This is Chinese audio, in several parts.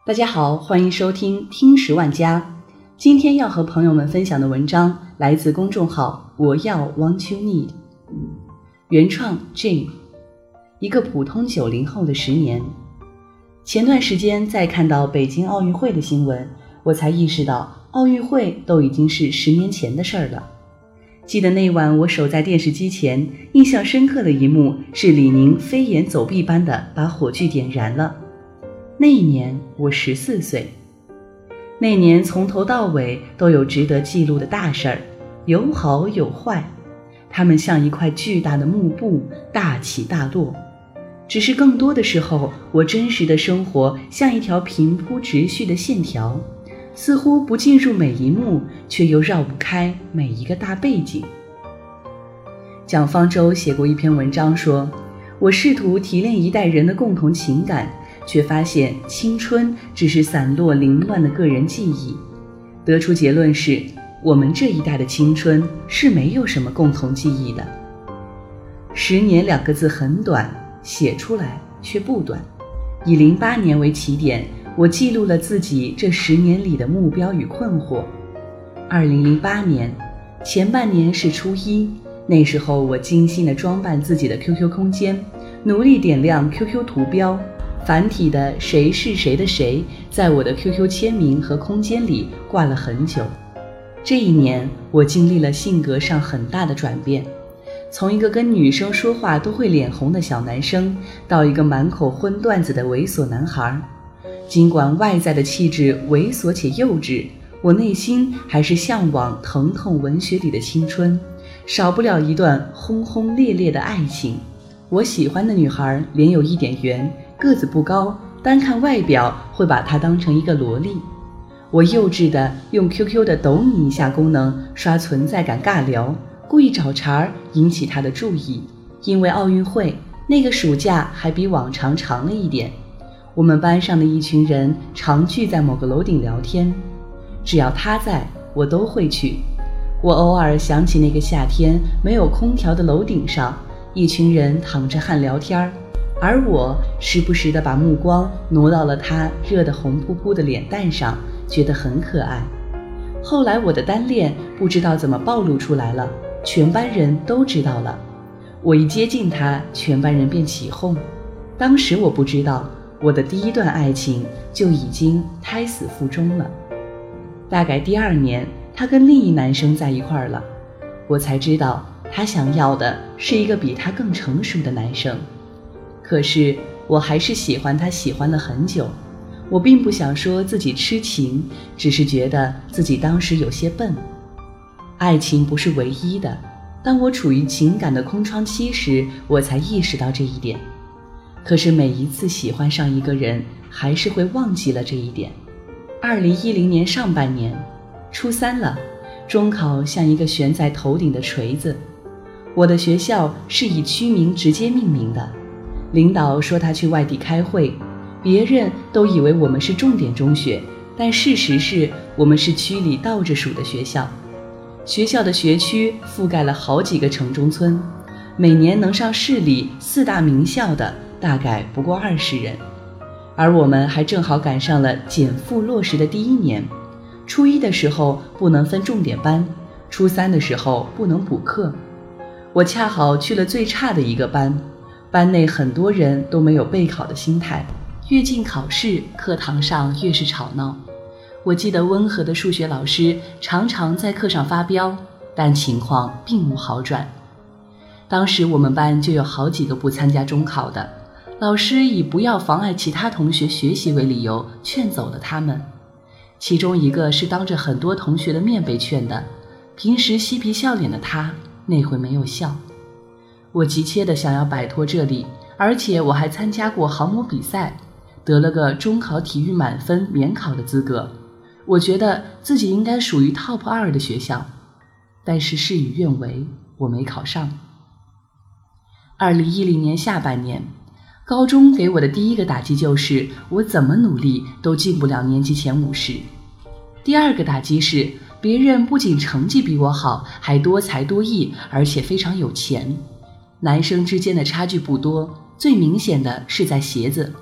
大家好，欢迎收听听十万加。今天要和朋友们分享的文章来自公众号我要 Want You Need， 原创 Jane。 一个普通90后的10年。前段时间在看到北京奥运会的新闻，我才意识到奥运会都已经是10年前的事儿了。记得那晚我守在电视机前，印象深刻的一幕是李宁飞檐走壁般的把火炬点燃了。那一年我14岁，那年从头到尾都有值得记录的大事儿，有好有坏，它们像一块巨大的幕布，大起大落。只是更多的时候，我真实的生活像一条平铺直叙的线条，似乎不进入每一幕，却又绕不开每一个大背景。蒋方舟写过一篇文章说，我试图提炼一代人的共同情感，却发现青春只是散落凌乱的个人记忆，得出结论是，我们这一代的青春是没有什么共同记忆的。10年2个字很短，写出来却不短。以08年为起点，我记录了自己这10年里的目标与困惑。2008年前半年是初一，那时候我精心地装扮自己的 QQ 空间，努力点亮 QQ 图标，繁体的谁是谁的谁在我的 QQ 签名和空间里挂了很久。这一年我经历了性格上很大的转变，从一个跟女生说话都会脸红的小男生，到一个满口荤段子的猥琐男孩。尽管外在的气质猥琐且幼稚，我内心还是向往疼痛文学里的青春，少不了一段轰轰烈烈的爱情。我喜欢的女孩脸有一点圆，个子不高，单看外表会把她当成一个萝莉。我幼稚的用 QQ 的抖你一下功能刷存在感尬聊，故意找茬引起她的注意。因为奥运会，那个暑假还比往常长了一点，我们班上的一群人常聚在某个楼顶聊天，只要她在，我都会去。我偶尔想起那个夏天没有空调的楼顶上，一群人淌着汗聊天，而我时不时地把目光挪到了她热得红扑扑的脸蛋上，觉得很可爱。后来我的单恋不知道怎么暴露出来了，全班人都知道了。我一接近她，全班人便起哄。当时我不知道，我的第一段爱情就已经胎死腹中了。大概第2年，她跟另一男生在一块儿了，我才知道她想要的是一个比她更成熟的男生。可是我还是喜欢她，喜欢了很久。我并不想说自己痴情，只是觉得自己当时有些笨。爱情不是唯一的，当我处于情感的空窗期时，我才意识到这一点。可是每一次喜欢上一个人，还是会忘记了这一点。2010年上半年，初3了，中考像一个悬在头顶的锤子。我的学校是以区名直接命名的，领导说他去外地开会，别人都以为我们是重点中学，但事实是我们是区里倒着数的学校。学校的学区覆盖了好几个城中村，每年能上市里4大名校的大概不过20人，而我们还正好赶上了减负落实的第1年。初1的时候不能分重点班，初3的时候不能补课。我恰好去了最差的一个班，班内很多人都没有备考的心态，越近考试，课堂上越是吵闹。我记得温和的数学老师常常在课上发飙，但情况并无好转。当时我们班就有好几个不参加中考的，老师以不要妨碍其他同学学习为理由劝走了他们。其中一个是当着很多同学的面被劝的，平时嬉皮笑脸的他那回没有笑。我急切地想要摆脱这里，而且我还参加过航母比赛，得了个中考体育满分免考的资格。我觉得自己应该属于 TOP 2的学校，但是事与愿违，我没考上。2010年下半年，高中给我的第一个打击就是我怎么努力都进不了年级前50。第二个打击是别人不仅成绩比我好，还多才多艺，而且非常有钱。男生之间的差距不多，最明显的是在鞋子。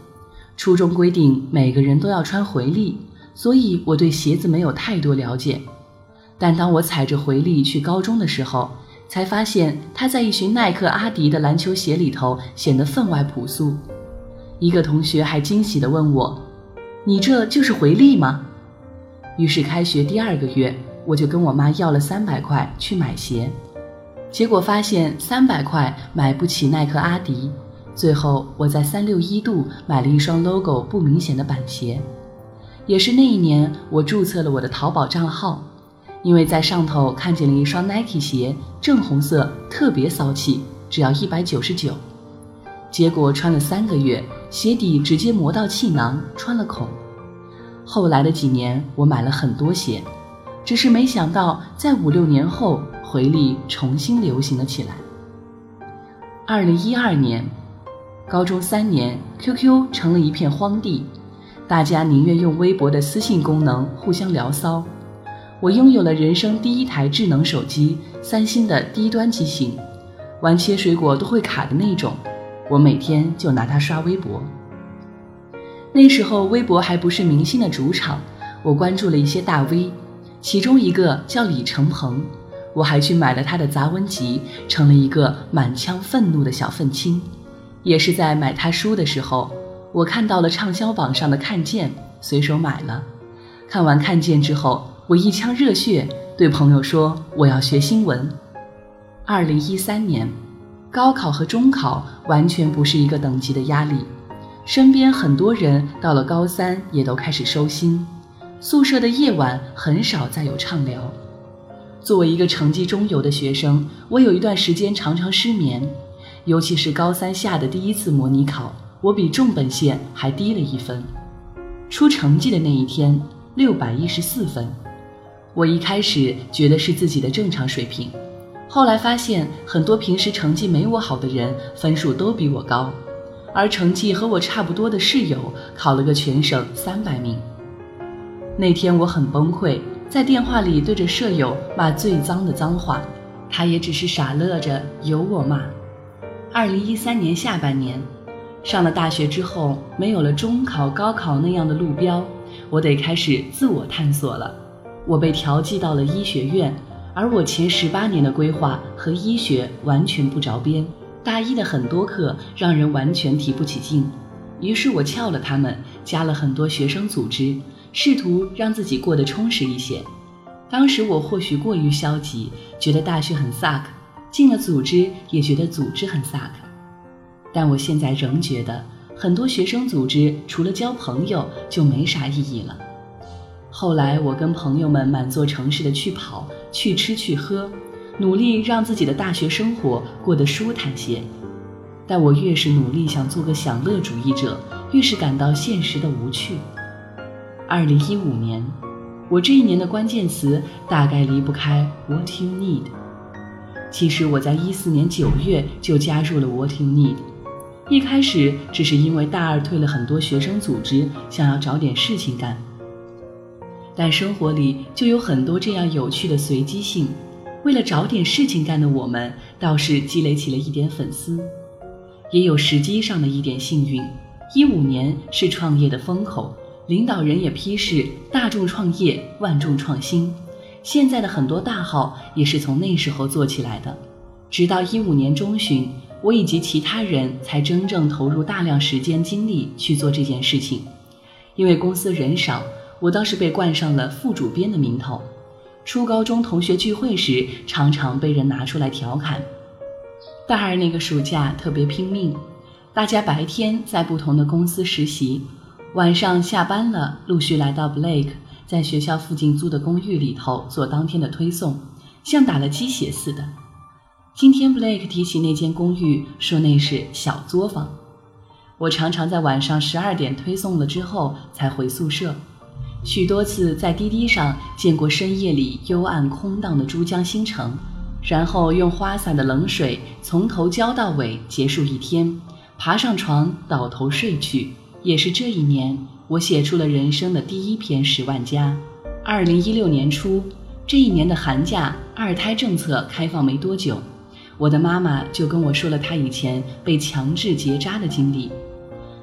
初中规定每个人都要穿回力，所以我对鞋子没有太多了解。但当我踩着回力去高中的时候，才发现它在一群耐克、阿迪的篮球鞋里头显得分外朴素。一个同学还惊喜地问我：“你这就是回力吗？”于是开学第2个月，我就跟我妈要了300块去买鞋，结果发现300块买不起耐克、阿迪。最后我在361度买了一双 logo 不明显的板鞋。也是那一年，我注册了我的淘宝账号，因为在上头看见了一双 Nike 鞋，正红色，特别骚气，只要199。结果穿了3个月，鞋底直接磨到气囊，穿了孔。后来的几年，我买了很多鞋，只是没想到在5、6年后，回力重新流行了起来。2012年，高中3年 ，QQ 成了一片荒地，大家宁愿用微博的私信功能互相聊骚。我拥有了人生第1台智能手机，三星的低端机型，玩切水果都会卡的那种，我每天就拿它刷微博。那时候微博还不是明星的主场，我关注了一些大 V， 其中一个叫李承鹏，我还去买了他的杂文集，成了一个满腔愤怒的小愤青。也是在买他书的时候，我看到了畅销榜上的《看见》，随手买了。看完《看见》之后，我一腔热血，对朋友说我要学新闻。2013年，高考和中考完全不是一个等级的压力，身边很多人到了高3也都开始收心，宿舍的夜晚很少再有畅聊。作为一个成绩中游的学生，我有一段时间常常失眠，尤其是高3下的第1次模拟考，我比重本线还低了1分。出成绩的那一天，614分。我一开始觉得是自己的正常水平，后来发现很多平时成绩没我好的人分数都比我高，而成绩和我差不多的室友考了个全省300名。那天我很崩溃，在电话里对着舍友骂最脏的脏话，他也只是傻乐着由我骂。2013年下半年，上了大学之后，没有了中考、高考那样的路标，我得开始自我探索了。我被调剂到了医学院，而我前18年的规划和医学完全不着边，大一的很多课让人完全提不起劲。于是我翘了他们，加了很多学生组织，试图让自己过得充实一些。当时我或许过于消极，觉得大学很 suck， 进了组织也觉得组织很 suck。但我现在仍觉得很多学生组织除了交朋友就没啥意义了。后来我跟朋友们满座城市的去跑、去吃去喝，努力让自己的大学生活过得舒坦些。但我越是努力想做个享乐主义者，越是感到现实的无趣。2015年，我这一年的关键词大概离不开 What you need。 其实我在14年9月就加入了 What you need， 一开始只是因为大2退了很多学生组织，想要找点事情干。但生活里就有很多这样有趣的随机性，为了找点事情干的我们，倒是积累起了一点粉丝，也有时机上的一点幸运。15年是创业的风口，领导人也批示大众创业，万众创新。现在的很多大号也是从那时候做起来的。直到15年中旬，我以及其他人才真正投入大量时间精力去做这件事情。因为公司人少，我倒是被冠上了副主编的名头。初高中同学聚会时，常常被人拿出来调侃。大2那个暑假特别拼命，大家白天在不同的公司实习，晚上下班了陆续来到 Blake 在学校附近租的公寓里头做当天的推送，像打了鸡血似的。今天 Blake 提起那间公寓，说那是小作坊。我常常在晚上12点推送了之后才回宿舍，许多次在滴滴上见过深夜里幽暗空荡的珠江新城，然后用花洒的冷水从头浇到尾结束一天，爬上床倒头睡去。也是这一年，我写出了人生的第1篇10万加。2016年初，这一年的寒假，2胎政策开放没多久，我的妈妈就跟我说了她以前被强制结扎的经历。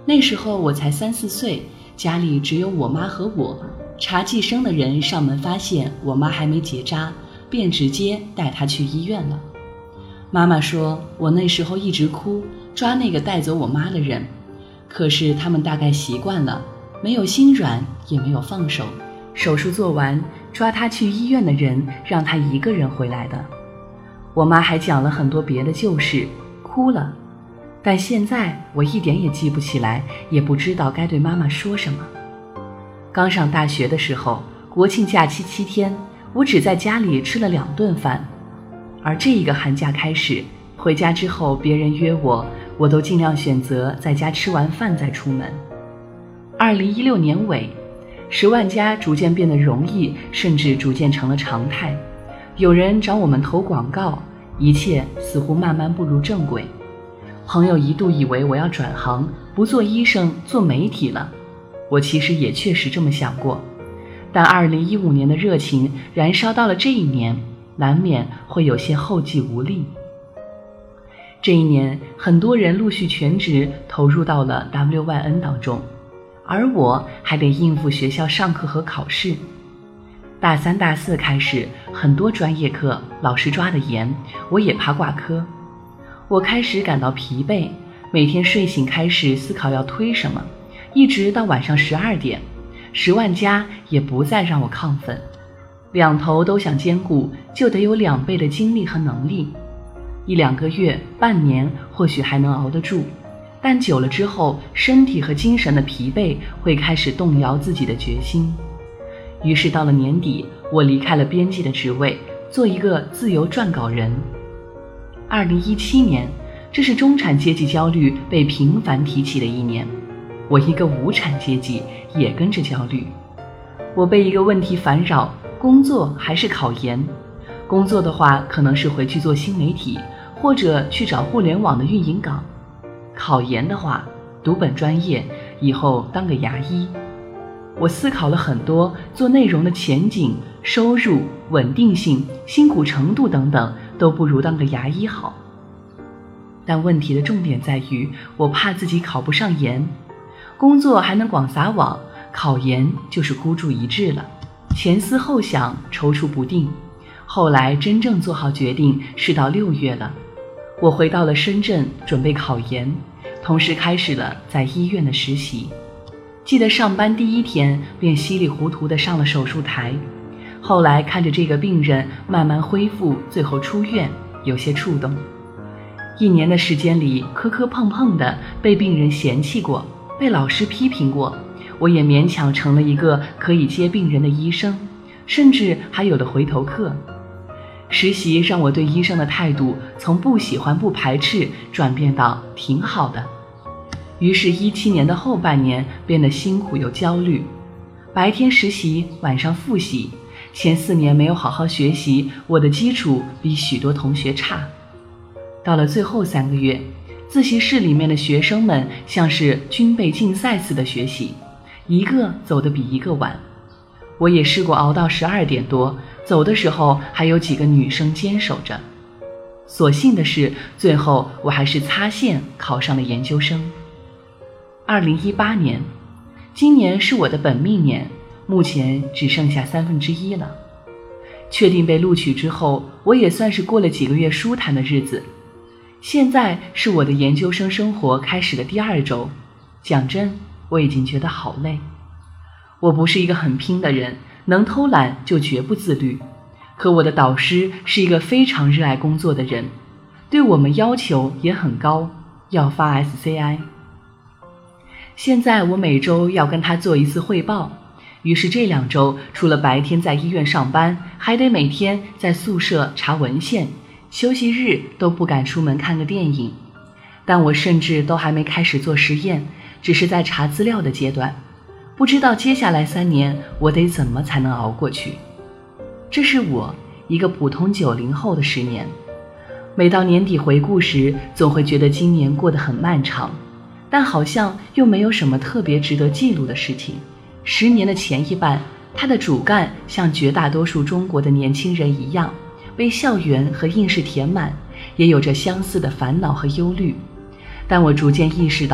那时候我才3、4岁，家里只有我妈和我。查计生的人上门发现我妈还没结扎，便直接带她去医院了。妈妈说我那时候一直哭，抓那个带走我妈的人，可是他们大概习惯了，没有心软，也没有放手。手术做完，抓她去医院的人让她一个人回来的。我妈还讲了很多别的旧事，哭了。但现在我一点也记不起来，也不知道该对妈妈说什么。刚上大学的时候，国庆假期7天，我只在家里吃了2顿饭。而这一个寒假开始，回家之后别人约我，我都尽量选择在家吃完饭再出门。2016年尾，10万加逐渐变得容易，甚至逐渐成了常态。有人找我们投广告，一切似乎慢慢步入正轨。朋友一度以为我要转行，不做医生，做媒体了。我其实也确实这么想过，但2015年的热情燃烧到了这一年，难免会有些后继无力。这一年，很多人陆续全职投入到了 WYN 当中，而我还得应付学校上课和考试。大3、大4开始，很多专业课老师抓得严，我也怕挂科。我开始感到疲惫，每天睡醒开始思考要推什么，一直到晚上12点，10万加也不再让我亢奋。两头都想兼顾，就得有2倍的精力和能力。1、2个月、半年或许还能熬得住，但久了之后，身体和精神的疲惫会开始动摇自己的决心。于是到了年底，我离开了编辑的职位，做一个自由撰稿人。2017年，这是中产阶级焦虑被频繁提起的一年，我一个无产阶级也跟着焦虑。我被一个问题烦扰，工作还是考研？工作的话，可能是回去做新媒体，或者去找互联网的运营岗。考研的话，读本专业，以后当个牙医。我思考了很多，做内容的前景、收入、稳定性、辛苦程度等等，都不如当个牙医好。但问题的重点在于，我怕自己考不上研。工作还能广撒网，考研就是孤注一掷了。前思后想，踌躇不定。后来真正做好决定是到6月了，我回到了深圳准备考研，同时开始了在医院的实习。记得上班第1天便稀里糊涂地上了手术台，后来看着这个病人慢慢恢复，最后出院，有些触动。1年的时间里，磕磕碰碰的，被病人嫌弃过，被老师批评过，我也勉强成了一个可以接病人的医生，甚至还有了回头客。实习让我对医生的态度从不喜欢不排斥转变到挺好的。于是17年的后半年变得辛苦又焦虑，白天实习，晚上复习。前4年没有好好学习，我的基础比许多同学差。到了最后3个月，自习室里面的学生们像是军备竞赛似的学习，一个走得比一个晚。我也试过熬到12点多，走的时候还有几个女生坚守着。所幸的是，最后我还是擦线考上了研究生。2018年，今年是我的本命年，目前只剩下1/3了。确定被录取之后，我也算是过了几个月舒坦的日子。现在是我的研究生生活开始的第2周，讲真，我已经觉得好累。我不是一个很拼的人，能偷懒就绝不自律。可我的导师是一个非常热爱工作的人，对我们要求也很高，要发 SCI。现在我每周要跟他做1次汇报，于是这2周除了白天在医院上班，还得每天在宿舍查文献，休息日都不敢出门看个电影。但我甚至都还没开始做实验，只是在查资料的阶段，不知道接下来3年我得怎么才能熬过去。这是我一个普通90后的10年。每到年底回顾时，总会觉得今年过得很漫长，但好像又没有什么特别值得记录的事情。10年的前一半，它的主干像绝大多数中国的年轻人一样，被校园和应试填满，也有着相似的烦恼和忧虑。但我逐渐意识到，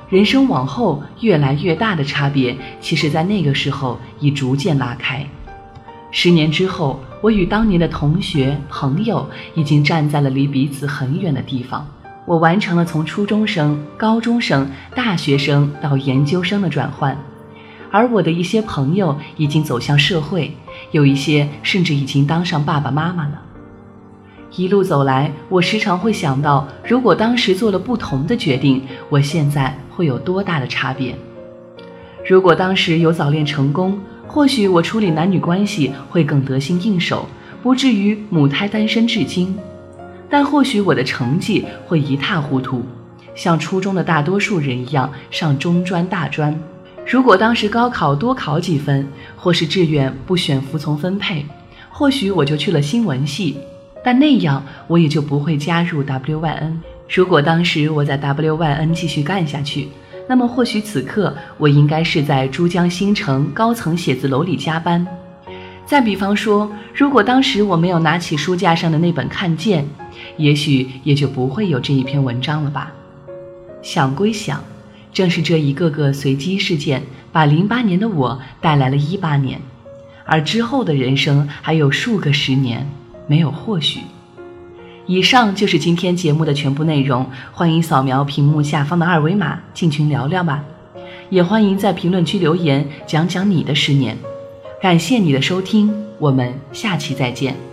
人生往后越来越大的差别，其实在那个时候已逐渐拉开。10年之后，我与当年的同学朋友已经站在了离彼此很远的地方。我完成了从初中生、高中生、大学生到研究生的转换，而我的一些朋友已经走向社会，有一些甚至已经当上爸爸妈妈了。一路走来，我时常会想到，如果当时做了不同的决定，我现在会有多大的差别。如果当时有早恋成功，或许我处理男女关系会更得心应手，不至于母胎单身至今。但或许我的成绩会一塌糊涂，像初中的大多数人一样上中专大专。如果当时高考多考几分，或是志愿不选服从分配，或许我就去了新闻系，但那样我也就不会加入 WYN。 如果当时我在 WYN 继续干下去，那么或许此刻我应该是在珠江新城高层写字楼里加班。再比方说，如果当时我没有拿起书架上的那本看见，也许也就不会有这一篇文章了吧。想归想，正是这一个个随机事件，把08年的我带来了18年，而之后的人生还有数个10年，没有或许。以上就是今天节目的全部内容，欢迎扫描屏幕下方的2维码进群聊聊吧，也欢迎在评论区留言讲讲你的10年。感谢你的收听，我们下期再见。